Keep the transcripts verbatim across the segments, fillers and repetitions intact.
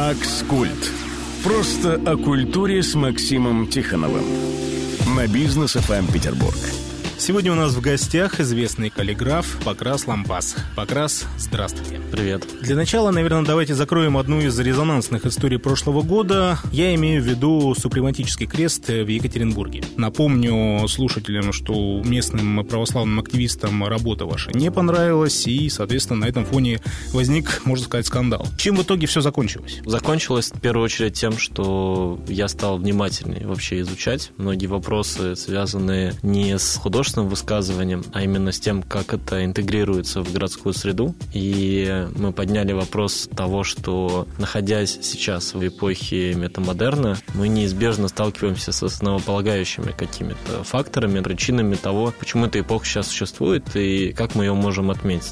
Макс Культ. Просто о культуре с Максимом Тихоновым. На Бизнес эф эм Петербург. Сегодня у нас в гостях известный каллиграф Покрас Лампас. Покрас, здравствуйте. Привет. Для начала, наверное, давайте закроем одну из резонансных историй прошлого года. Я имею в виду супрематический крест в Екатеринбурге. Напомню слушателям, что местным православным активистам работа ваша не понравилась, и, соответственно, на этом фоне возник, можно сказать, скандал. Чем в итоге все закончилось? Закончилось в первую очередь тем, что я стал внимательнее вообще изучать многие вопросы, связанные не с художественным высказыванием, а именно с тем, как это интегрируется в городскую среду. И мы подняли вопрос того, что, находясь сейчас в эпохе метамодерна, мы неизбежно сталкиваемся с основополагающими какими-то факторами, причинами того, почему эта эпоха сейчас существует и как мы ее можем отметить.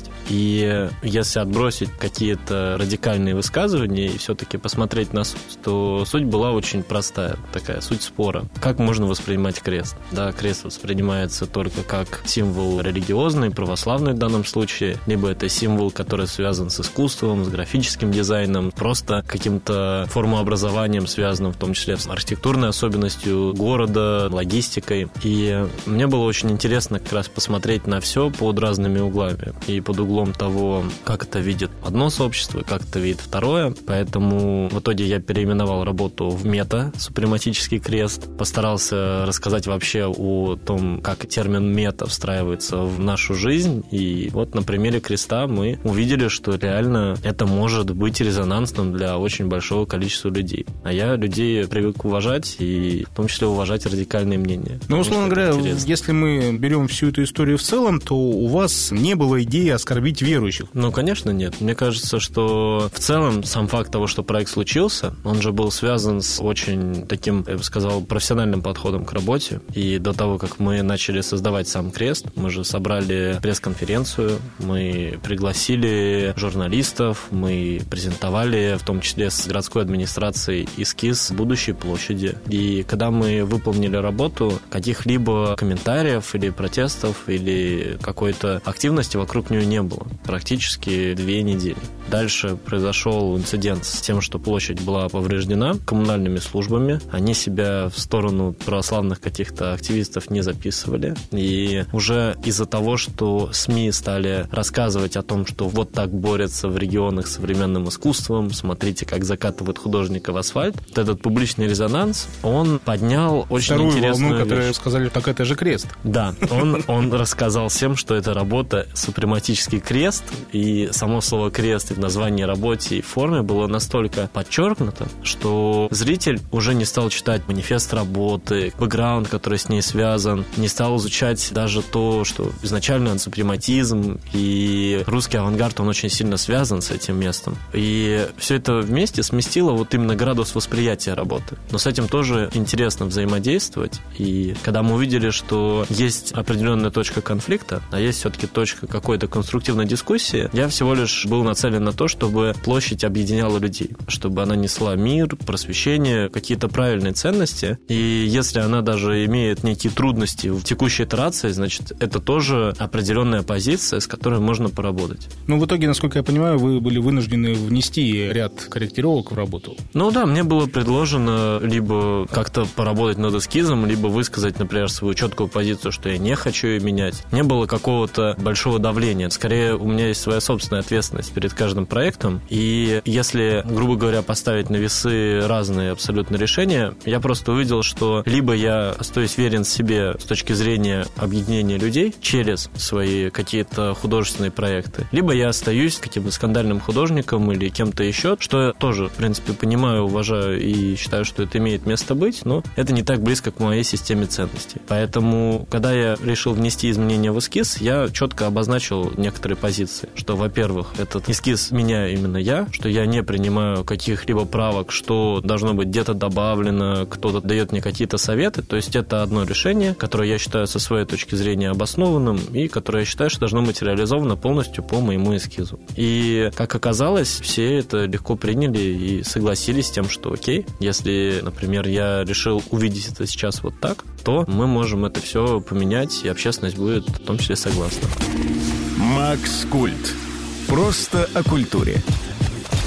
И если отбросить какие-то радикальные высказывания и все-таки посмотреть на суть, то суть была очень простая, такая суть спора. Как можно воспринимать крест? Да, крест воспринимается только как символ религиозный, православный в данном случае, либо это символ, который связан с искусством, с графическим дизайном, просто каким-то формообразованием, связанным в том числе с архитектурной особенностью города, логистикой. И мне было очень интересно как раз посмотреть на все под разными углами. И под углом того, как это видит одно сообщество, как это видит второе. Поэтому в итоге я переименовал работу в мета, супрематический крест. Постарался рассказать вообще о том, как термин мета встраивается в нашу жизнь. И вот на примере креста мы увидели, что реально это может быть резонансным для очень большого количества людей. А я людей привык уважать, и в том числе уважать радикальные мнения. Ну, условно говоря, если мы берем всю эту историю в целом, то у вас не было идеи оскорбить верующих? Ну, конечно, нет. Мне кажется, что в целом сам факт того, что проект случился, он же был связан с очень таким, я бы сказал, профессиональным подходом к работе. И до того, как мы начали создавать сам крест, мы же собрали пресс-конференцию, мы пригласили журналистов, мы презентовали, в том числе с городской администрацией, эскиз будущей площади. И когда мы выполнили работу, каких-либо комментариев или протестов, или какой-то активности вокруг нее не было. Практически две недели. Дальше произошел инцидент с тем, что площадь была повреждена коммунальными службами. Они себя в сторону православных каких-то активистов не записывали. И уже из-за того, что СМИ стали рассказывать о том, что вот так борются в регионах с современным искусством, смотрите, как закатывают художника в асфальт, вот этот публичный резонанс, он поднял очень Вторую интересную волну, вещь. которые сказали, так это же крест. Да, он, он рассказал всем, что это работа супрематический крест, и само слово крест и в названии работе и форме было настолько подчеркнуто, что зритель уже не стал читать манифест работы, бэкграунд, который с ней связан, не стал изучать даже то, что изначально супрематизм и русский авангард, он очень сильно связан с этим местом. И все это вместе сместило вот именно градус восприятия работы. Но с этим тоже интересно взаимодействовать. И когда мы увидели, что есть определенная точка конфликта, а есть все-таки точка какой-то конструктивной дискуссии, я всего лишь был нацелен на то, чтобы площадь объединяла людей, чтобы она несла мир, просвещение, какие-то правильные ценности. И если она даже имеет некие трудности в текущей итерации, значит, это тоже определенная позиция, с которой можно поработать. Ну, в итоге, насколько я понимаю, вы были вынуждены внести ряд корректировок в работу. Ну да, мне было предложено либо как-то поработать над эскизом, либо высказать, например, свою четкую позицию, что я не хочу ее менять. Не было какого-то большого давления. Скорее, у меня есть своя собственная ответственность перед каждым проектом. И если, грубо говоря, поставить на весы разные абсолютно решения, я просто увидел, что либо я остаюсь верен себе с точки зрения объединения людей через свои какие-то художественные проекты, либо я остаюсь каким-то скандальным художником или кем-то еще, что я тоже, в принципе, понимаю, уважаю и считаю, что это имеет место быть, но это не так близко к моей системе ценностей. Поэтому, когда я решил внести изменения в эскиз, я четко обозначил некоторые позиции, что, во-первых, этот эскиз меня именно я, что я не принимаю каких-либо правок, что должно быть где-то добавлено, кто-то дает мне какие-то советы, то есть это одно решение, которое я считаю со своей точки зрения обоснованным и которое я считаю, что должно быть реализовано полностью по моему эскизу. И, как оказалось, все это легко приняли и согласились с тем, что окей, если, например, я решил увидеть это сейчас вот так, то мы можем это все поменять, и общественность будет в том числе согласна. Макс Культ. Просто о культуре.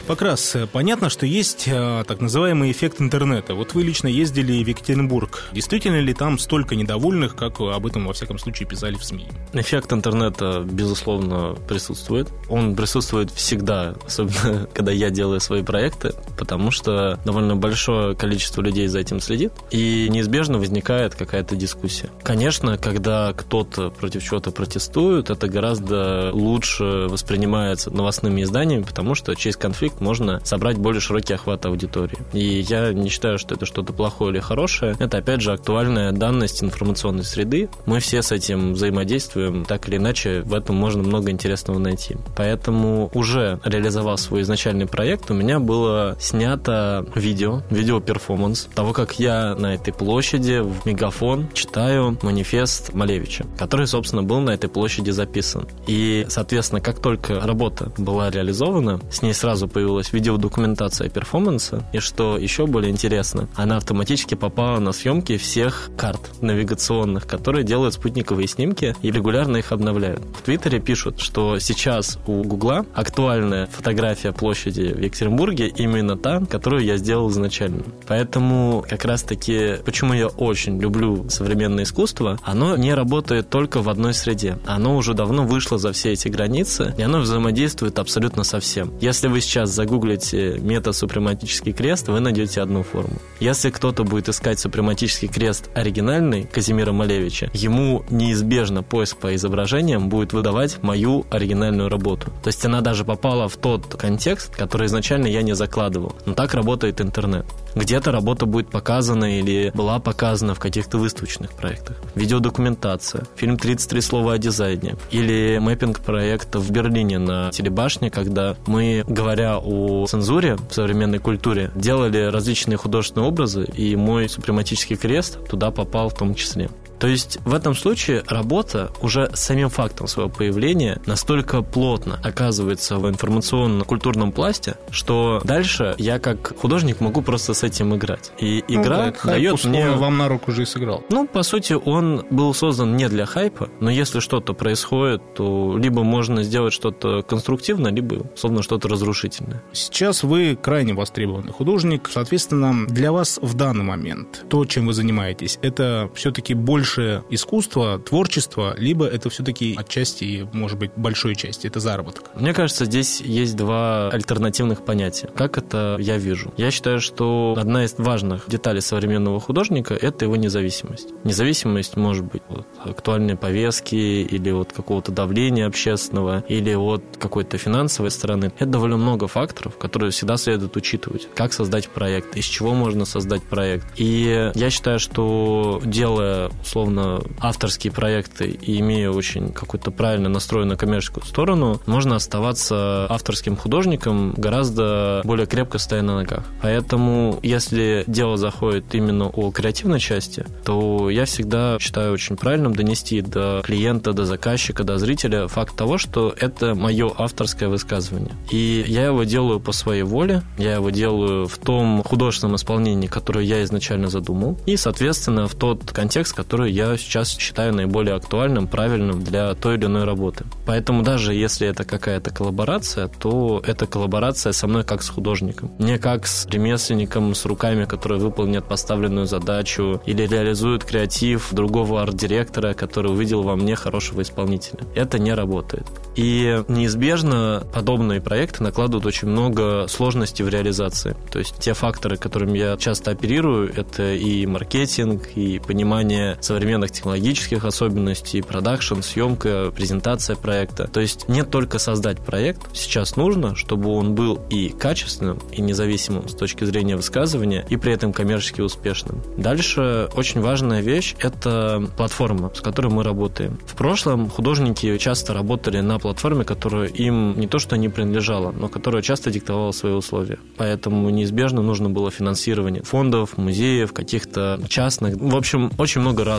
Покрас, понятно, что есть а, так называемый эффект интернета. Вот вы лично ездили в Екатеринбург. Действительно ли там столько недовольных, как об этом, во всяком случае, писали в СМИ? Эффект интернета, безусловно, присутствует. Он присутствует всегда, особенно когда я делаю свои проекты, потому что довольно большое количество людей за этим следит, и неизбежно возникает какая-то дискуссия. Конечно, когда кто-то против чего-то протестует, это гораздо лучше воспринимается новостными изданиями, потому что через конфликт можно собрать более широкий охват аудитории. И я не считаю, что это что-то плохое или хорошее. Это, опять же, актуальная данность информационной среды. Мы все с этим взаимодействуем. Так или иначе, в этом можно много интересного найти. Поэтому, уже реализовав свой изначальный проект, у меня было снято видео, видео-перформанс того, как я на этой площади в мегафон читаю манифест Малевича, который, собственно, был на этой площади записан. И, соответственно, как только работа была реализована, с ней сразу появилась видеодокументация перформанса, и что еще более интересно, она автоматически попала на съемки всех карт навигационных, которые делают спутниковые снимки и регулярно их обновляют. В Твиттере пишут, что сейчас у Гугла актуальная фотография площади в Екатеринбурге именно та, которую я сделал изначально. Поэтому как раз-таки, почему я очень люблю современное искусство, оно не работает только в одной среде. Оно уже давно вышло за все эти границы, и оно взаимодействует абсолютно со всем. Если вы сейчас загуглите мета-супрематический крест, вы найдете одну форму. Если кто-то будет искать супрематический крест оригинальный Казимира Малевича, ему неизбежно поиск по изображениям будет выдавать мою оригинальную работу. То есть она даже попала в тот контекст, который изначально я не закладывал. Но так работает интернет. Где-то работа будет показана или была показана в каких-то выставочных проектах. Видеодокументация, фильм «тридцать три слова о дизайне» или мэппинг-проект в Берлине на телебашне, когда мы, говоря о цензуре в современной культуре, делали различные художественные образы, и мой супрематический крест туда попал в том числе. То есть в этом случае работа уже самим фактом своего появления настолько плотно оказывается в информационно-культурном пласте, что дальше я как художник могу просто с этим играть. И ну, игра да, дает мне... вам на руку уже и сыграл. Ну, по сути, он был создан не для хайпа, но если что-то происходит, то либо можно сделать что-то конструктивное, либо, условно, что-то разрушительное. Сейчас вы крайне востребованный художник. Соответственно, для вас в данный момент то, чем вы занимаетесь, это все-таки больше искусство, творчество, либо это все-таки отчасти, может быть, большой части, это заработок? Мне кажется, здесь есть два альтернативных понятия. Как это я вижу? Я считаю, что одна из важных деталей современного художника – это его независимость. Независимость может быть от актуальной повестки или от какого-то давления общественного, или от какой-то финансовой стороны. Это довольно много факторов, которые всегда следует учитывать. Как создать проект, из чего можно создать проект. И я считаю, что делая, условно, авторские проекты и имея очень какую-то правильно настроенную коммерческую сторону, можно оставаться авторским художником, гораздо более крепко стоя на ногах. Поэтому, если дело заходит именно о креативной части, то я всегда считаю очень правильным донести до клиента, до заказчика, до зрителя факт того, что это мое авторское высказывание. И я его делаю по своей воле, я его делаю в том художественном исполнении, которое я изначально задумал, и, соответственно, в тот контекст, который я сейчас считаю наиболее актуальным, правильным для той или иной работы. Поэтому даже если это какая-то коллаборация, то это коллаборация со мной как с художником. Не как с ремесленником, с руками, которые выполнят поставленную задачу или реализуют креатив другого арт-директора, который увидел во мне хорошего исполнителя. Это не работает. И неизбежно подобные проекты накладывают очень много сложностей в реализации. То есть те факторы, которыми я часто оперирую, это и маркетинг, и понимание современных технологических особенностей, продакшн, съемка, презентация проекта. То есть не только создать проект, сейчас нужно, чтобы он был и качественным, и независимым с точки зрения высказывания, и при этом коммерчески успешным. Дальше очень важная вещь – это платформа, с которой мы работаем. В прошлом художники часто работали на платформе, которая им не то что не принадлежала, но которая часто диктовала свои условия. Поэтому неизбежно нужно было финансирование фондов, музеев, каких-то частных. В общем, очень много разных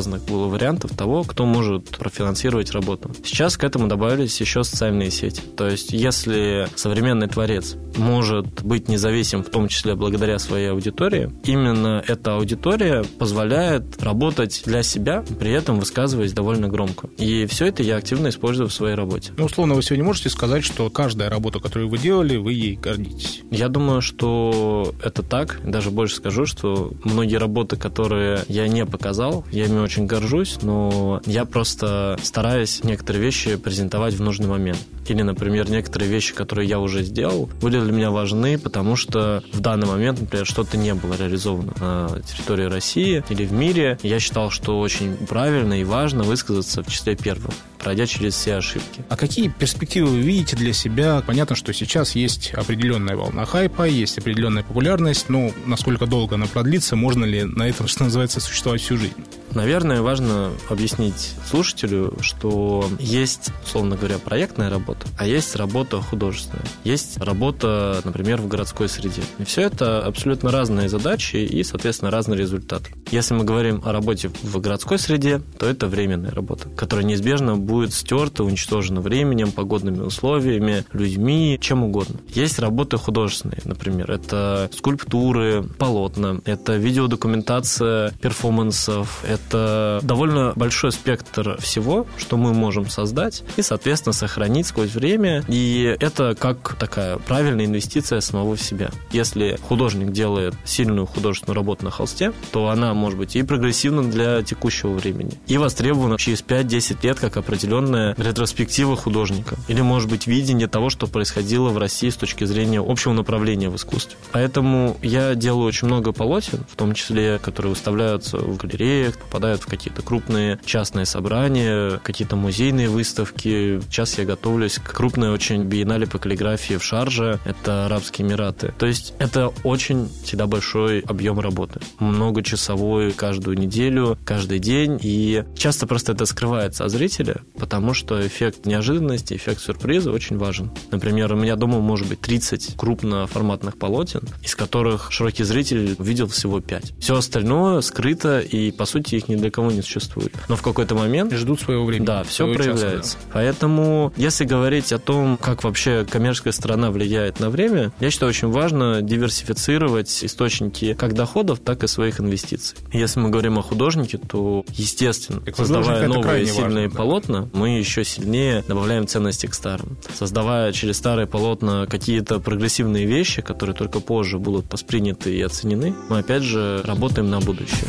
разных было вариантов того, кто может профинансировать работу. Сейчас к этому добавились еще социальные сети. То есть, если современный творец может быть независим, в том числе благодаря своей аудитории, именно эта аудитория позволяет работать для себя, при этом высказываясь довольно громко. И все это я активно использую в своей работе. Ну, условно, вы сегодня можете сказать, что каждая работа, которую вы делали, вы ей гордитесь? Я думаю, что это так. Даже больше скажу, что многие работы, которые я не показал, я ими очень горжусь, но я просто стараюсь некоторые вещи презентовать в нужный момент. Или, например, некоторые вещи, которые я уже сделал, были для меня важны, потому что в данный момент, например, что-то не было реализовано на территории России или в мире. Я считал, что очень правильно и важно высказаться в числе первых, пройдя через все ошибки. А какие перспективы вы видите для себя? Понятно, что сейчас есть определенная волна хайпа, есть определенная популярность, но насколько долго она продлится, можно ли на этом, что называется, существовать всю жизнь? Наверное, важно объяснить слушателю, что есть, условно говоря, проектная работа, а есть работа художественная. Есть работа, например, в городской среде. И все это абсолютно разные задачи и, соответственно, разный результат. Если мы говорим о работе в городской среде, то это временная работа, которая неизбежно будет стерта, уничтожена временем, погодными условиями, людьми, чем угодно. Есть работы художественные, например, это скульптуры, полотна, это видеодокументация перформансов, это довольно большой спектр всего, что мы можем создать и, соответственно, сохранить сквозь время. И это как такая правильная инвестиция самого в себя. Если художник делает сильную художественную работу на холсте, то она может быть и прогрессивна для текущего времени, и востребована через пять-десять лет как определенная ретроспектива художника. Или, может быть, видение того, что происходило в России с точки зрения общего направления в искусстве. Поэтому я делаю очень много полотен, в том числе, которые выставляются в галереях, попадают в какие-то крупные частные собрания, какие-то музейные выставки. Сейчас я готовлюсь к крупной очень биеннале по каллиграфии в Шарже, это Арабские Эмираты. То есть это очень всегда большой объем работы. Многочасовой каждую неделю, каждый день. И часто просто это скрывается от зрителя, потому что эффект неожиданности, эффект сюрприза очень важен. Например, у меня дома может быть тридцать крупноформатных полотен, из которых широкий зритель увидел всего пять. Все остальное скрыто, и, по сути, их ни для кого не существует. Но в какой-то момент... И ждут своего времени. Да, все проявляется. Часа, да. Поэтому, если говорить о том, как вообще коммерческая сторона влияет на время, я считаю, очень важно диверсифицировать источники как доходов, так и своих инвестиций. Если мы говорим о художнике, то, естественно, как создавая новые сильные важно, полотна, да. мы еще сильнее добавляем ценности к старым. Создавая через старые полотна какие-то прогрессивные вещи, которые только позже будут восприняты и оценены, мы опять же работаем на будущее.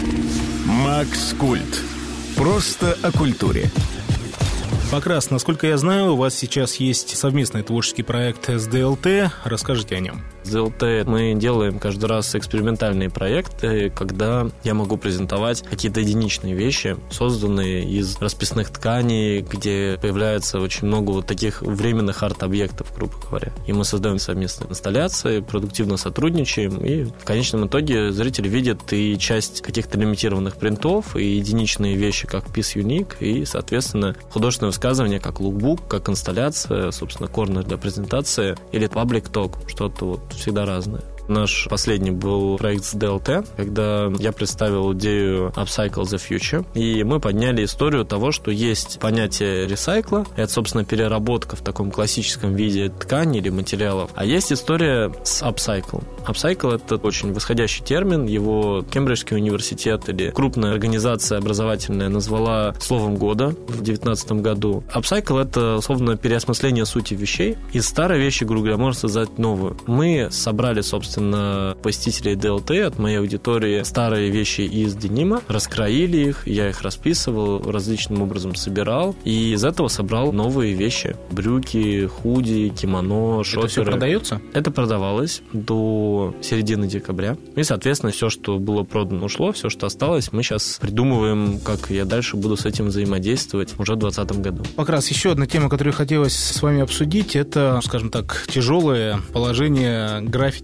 Макс Культ. Просто о культуре. Покрас, насколько я знаю, у вас сейчас есть совместный творческий проект эс ди эл ти. Расскажите о нем. эс ди эл ти мы делаем каждый раз экспериментальные проекты, когда я могу презентовать какие-то единичные вещи, созданные из расписных тканей, где появляется очень много вот таких временных арт-объектов, грубо говоря. И мы создаем совместные инсталляции, продуктивно сотрудничаем, и в конечном итоге зритель видит и часть каких-то лимитированных принтов, и единичные вещи, как Piece Unique, и, соответственно, художественное высказывание, как лукбук, как инсталляция, собственно, корнер для презентации, или public talk, что-то вот всегда разное. Наш последний был проект с ди эл ти, когда я представил идею Upcycle the Future, и мы подняли историю того, что есть понятие ресайкла, это, собственно, переработка в таком классическом виде ткани или материалов, а есть история с Upcycle. Upcycle — это очень восходящий термин, его Кембриджский университет или крупная организация образовательная назвала словом года в девятнадцатом году. Upcycle — это, условно, переосмысление сути вещей. Из старой вещи, грубо говоря, можно создать новую. Мы собрали, собственно, посетителей ди эл ти от моей аудитории старые вещи из денима, раскроили их, я их расписывал, различным образом собирал, и из этого собрал новые вещи. Брюки, худи, кимоно, шоперы. Это все продается? Это продавалось до середины декабря. И, соответственно, все, что было продано, ушло, все, что осталось, мы сейчас придумываем, как я дальше буду с этим взаимодействовать уже в двадцатом году. Как раз еще одна тема, которую хотелось с вами обсудить, это, скажем так, тяжелое положение граффити в Петербурге.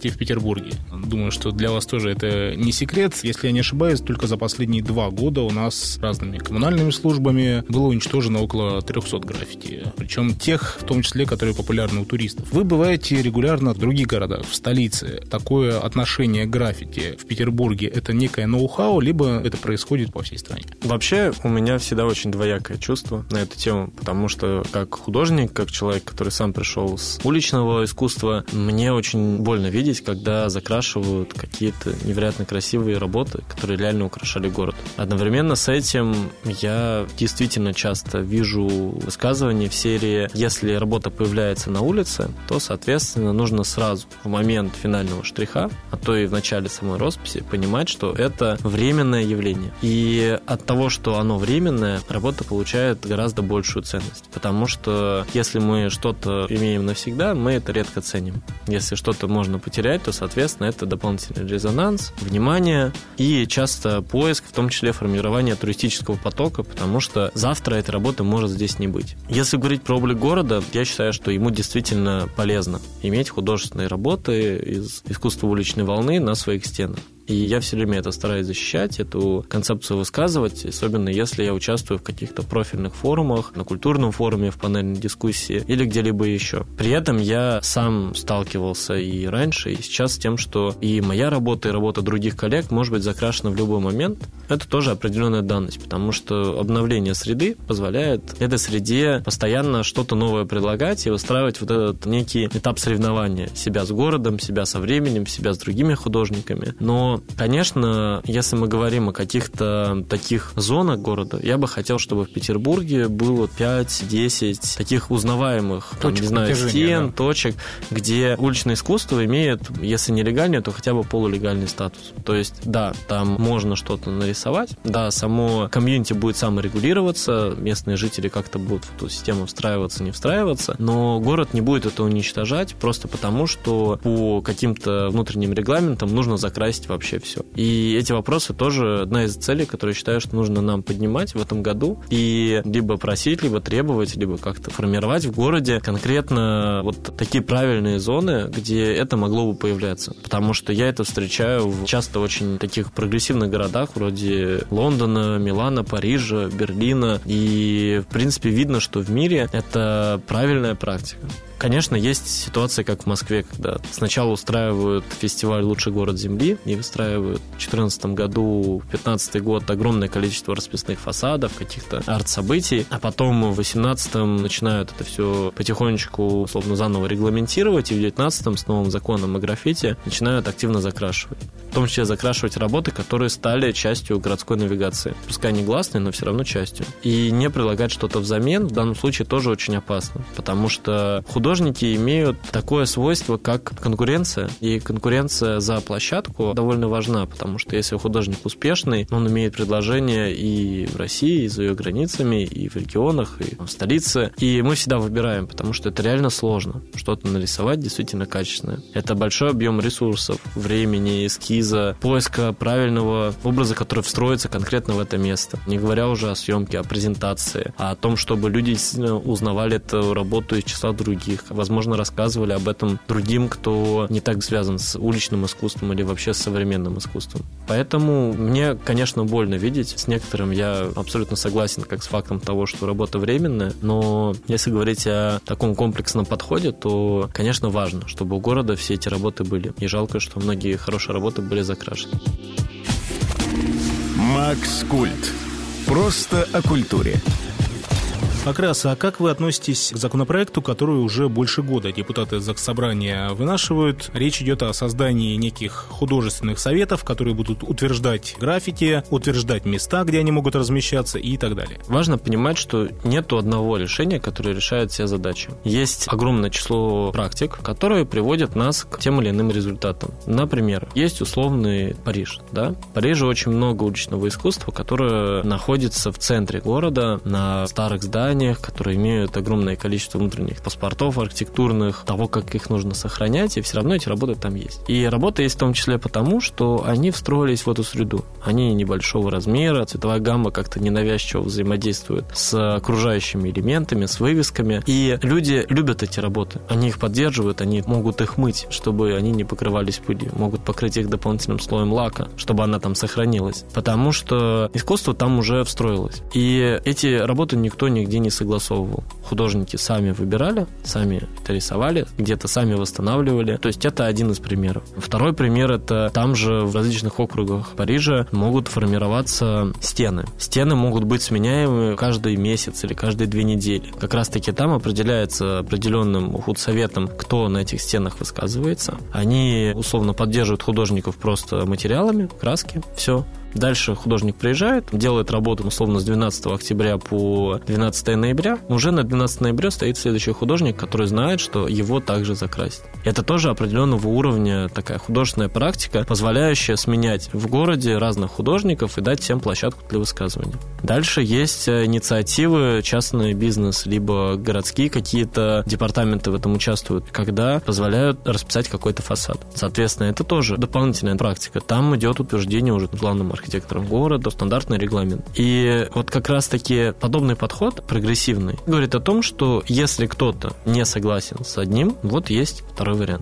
Петербурге. Думаю, что для вас тоже это не секрет. Если я не ошибаюсь, только за последние два года у нас разными коммунальными службами было уничтожено около триста граффити. Причем тех, в том числе, которые популярны у туристов. Вы бываете регулярно в других городах, в столице. Такое отношение к граффити в Петербурге — это некое ноу-хау, либо это происходит по всей стране? Вообще, у меня всегда очень двоякое чувство на эту тему, потому что как художник, как человек, который сам пришел с уличного искусства, мне очень больно видеть, когда закрашивают какие-то невероятно красивые работы, которые реально украшали город. Одновременно с этим я действительно часто вижу высказывания в серии: если работа появляется на улице, то, соответственно, нужно сразу в момент финального штриха, а то и в начале самой росписи, понимать, что это временное явление. И от того, что оно временное, работа получает гораздо большую ценность. Потому что если мы что-то имеем навсегда, мы это редко ценим. Если что-то можно потерять, то, соответственно, это дополнительный резонанс, внимание и часто поиск, в том числе формирование туристического потока, потому что завтра этой работы может здесь не быть. Если говорить про облик города, я считаю, что ему действительно полезно иметь художественные работы из искусства уличной волны на своих стенах. И я все время это стараюсь защищать, эту концепцию высказывать, особенно если я участвую в каких-то профильных форумах, на культурном форуме, в панельной дискуссии или где-либо еще. При этом я сам сталкивался и раньше, и сейчас с тем, что и моя работа, и работа других коллег может быть закрашена в любой момент. Это тоже определенная данность, потому что обновление среды позволяет этой среде постоянно что-то новое предлагать и выстраивать вот этот некий этап соревнования себя с городом, себя со временем, себя с другими художниками. Но конечно, если мы говорим о каких-то таких зонах города, я бы хотел, чтобы в Петербурге было пять-десять таких узнаваемых, там, не знаю, стен, да. точек, где уличное искусство имеет, если не легальный, то хотя бы полулегальный статус. То есть, да, там можно что-то нарисовать, да, само комьюнити будет саморегулироваться, местные жители как-то будут в эту систему встраиваться, не встраиваться, но город не будет это уничтожать просто потому, что по каким-то внутренним регламентам нужно закрасить вообще все. И эти вопросы тоже одна из целей, которые я считаю, что нужно нам поднимать в этом году и либо просить, либо требовать, либо как-то формировать в городе конкретно вот такие правильные зоны, где это могло бы появляться. Потому что я это встречаю в часто очень таких прогрессивных городах вроде Лондона, Милана, Парижа, Берлина. И, в принципе, видно, что в мире это правильная практика. Конечно, есть ситуации, как в Москве, когда сначала устраивают фестиваль «Лучший город Земли» и выстраивают в две тысячи четырнадцатом году, в две тысячи пятнадцатом году огромное количество расписных фасадов, каких-то арт-событий, а потом в две тысячи восемнадцатом начинают это все потихонечку, условно, заново регламентировать, и в две тысячи девятнадцатом с новым законом о граффити начинают активно закрашивать. В том числе закрашивать работы, которые стали частью городской навигации. Пускай не гласной, но все равно частью. И не предлагать что-то взамен в данном случае тоже очень опасно, потому что художник Художники имеют такое свойство, как конкуренция. И конкуренция за площадку довольно важна, потому что если художник успешный, он имеет предложения и в России, и за ее границами, и в регионах, и в столице. И мы всегда выбираем, потому что это реально сложно. Что-то нарисовать действительно качественное. Это большой объем ресурсов, времени, эскиза, поиска правильного образа, который встроится конкретно в это место. Не говоря уже о съемке, о презентации, а о том, чтобы люди действительно узнавали эту работу из числа других. Возможно, рассказывали об этом другим, кто не так связан с уличным искусством или вообще с современным искусством. Поэтому мне, конечно, больно видеть. С некоторым я абсолютно согласен как с фактом того, что работа временная, но если говорить о таком комплексном подходе, то, конечно, важно, чтобы у города все эти работы были. И жалко, что многие хорошие работы были закрашены. Макс Культ. Просто о культуре. Акрас, а как вы относитесь к законопроекту, который уже больше года депутаты Заксобрания вынашивают? Речь идет о создании неких художественных советов, которые будут утверждать граффити, утверждать места, где они могут размещаться и так далее. Важно понимать, что нету одного решения, которое решает все задачи. Есть огромное число практик, которые приводят нас к тем или иным результатам. Например, есть условный Париж. Да? В Париже очень много уличного искусства, которое находится в центре города, на старых зданиях, зданиях, которые имеют огромное количество внутренних паспортов архитектурных, того, как их нужно сохранять, и все равно эти работы там есть. И работа есть в том числе потому, что они встроились в эту среду. Они небольшого размера, цветовая гамма как-то ненавязчиво взаимодействует с окружающими элементами, с вывесками. И люди любят эти работы. Они их поддерживают, они могут их мыть, чтобы они не покрывались пылью. Могут покрыть их дополнительным слоем лака, чтобы она там сохранилась. Потому что искусство там уже встроилось. И эти работы никто нигде не согласовывал. Художники сами выбирали, сами это рисовали, где-то сами восстанавливали. То есть это один из примеров. Второй пример — это там же в различных округах Парижа могут формироваться стены. Стены могут быть сменяемы каждый месяц или каждые две недели. Как раз-таки там определяется определенным худсоветом, кто на этих стенах высказывается. Они условно поддерживают художников просто материалами, краски, все. Дальше художник приезжает, делает работу условно с двенадцатого октября по двенадцатого ноября. Уже на двенадцатого ноября стоит следующий художник, который знает, что его также закрасят. Это тоже определенного уровня такая художественная практика, позволяющая сменять в городе разных художников и дать всем площадку для высказывания. Дальше есть инициативы, частный бизнес, либо городские какие-то департаменты в этом участвуют, когда позволяют расписать какой-то фасад. Соответственно, это тоже дополнительная практика. Там идет утверждение уже главным архитектором архитектором города, стандартный регламент. И вот как раз-таки подобный подход, прогрессивный, говорит о том, что если кто-то не согласен с одним, вот есть второй вариант.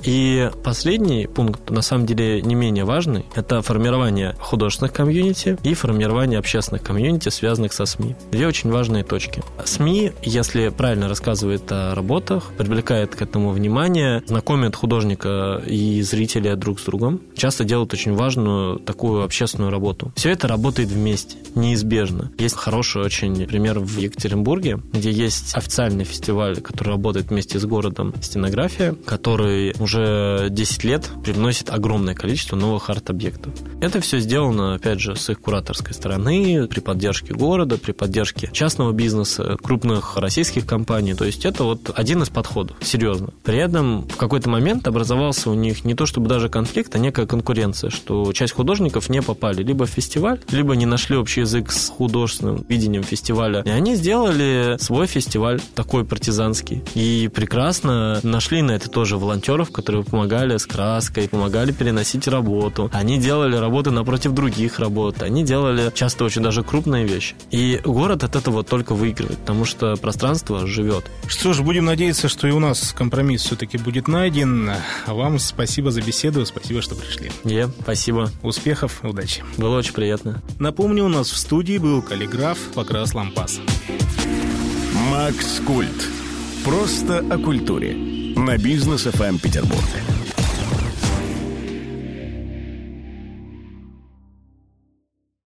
И последний пункт, на самом деле не менее важный, это формирование художественных комьюнити и формирование общественных комьюнити, связанных со СМИ. Две очень важные точки. СМИ, если правильно рассказывает о работах, привлекает к этому внимание, знакомит художника и зрителя друг с другом, часто делают очень важную такую общественную работу. Все это работает вместе, неизбежно. Есть хороший очень пример в Екатеринбурге, где есть официальный фестиваль, который работает вместе с городом «Стенография», который уже уже десять лет привносит огромное количество новых арт-объектов. Это все сделано, опять же, с их кураторской стороны, при поддержке города, при поддержке частного бизнеса, крупных российских компаний. То есть это вот один из подходов, серьезно. При этом в какой-то момент образовался у них не то чтобы даже конфликт, а некая конкуренция, что часть художников не попали либо в фестиваль, либо не нашли общий язык с художественным видением фестиваля. И они сделали свой фестиваль, такой партизанский. И прекрасно нашли на это тоже волонтеров, которые помогали с краской, помогали переносить работу. Они делали работы напротив других работ. Они делали часто очень даже крупные вещи. И город от этого только выигрывает, потому что пространство живет. Что ж, будем надеяться, что и у нас компромисс все-таки будет найден. А вам спасибо за беседу, спасибо, что пришли. Е, спасибо. Успехов, удачи. Было очень приятно. Напомню, у нас в студии был каллиграф Покрас Лампас. Макс Культ. Просто о культуре. На Бизнес эф эм Петербург.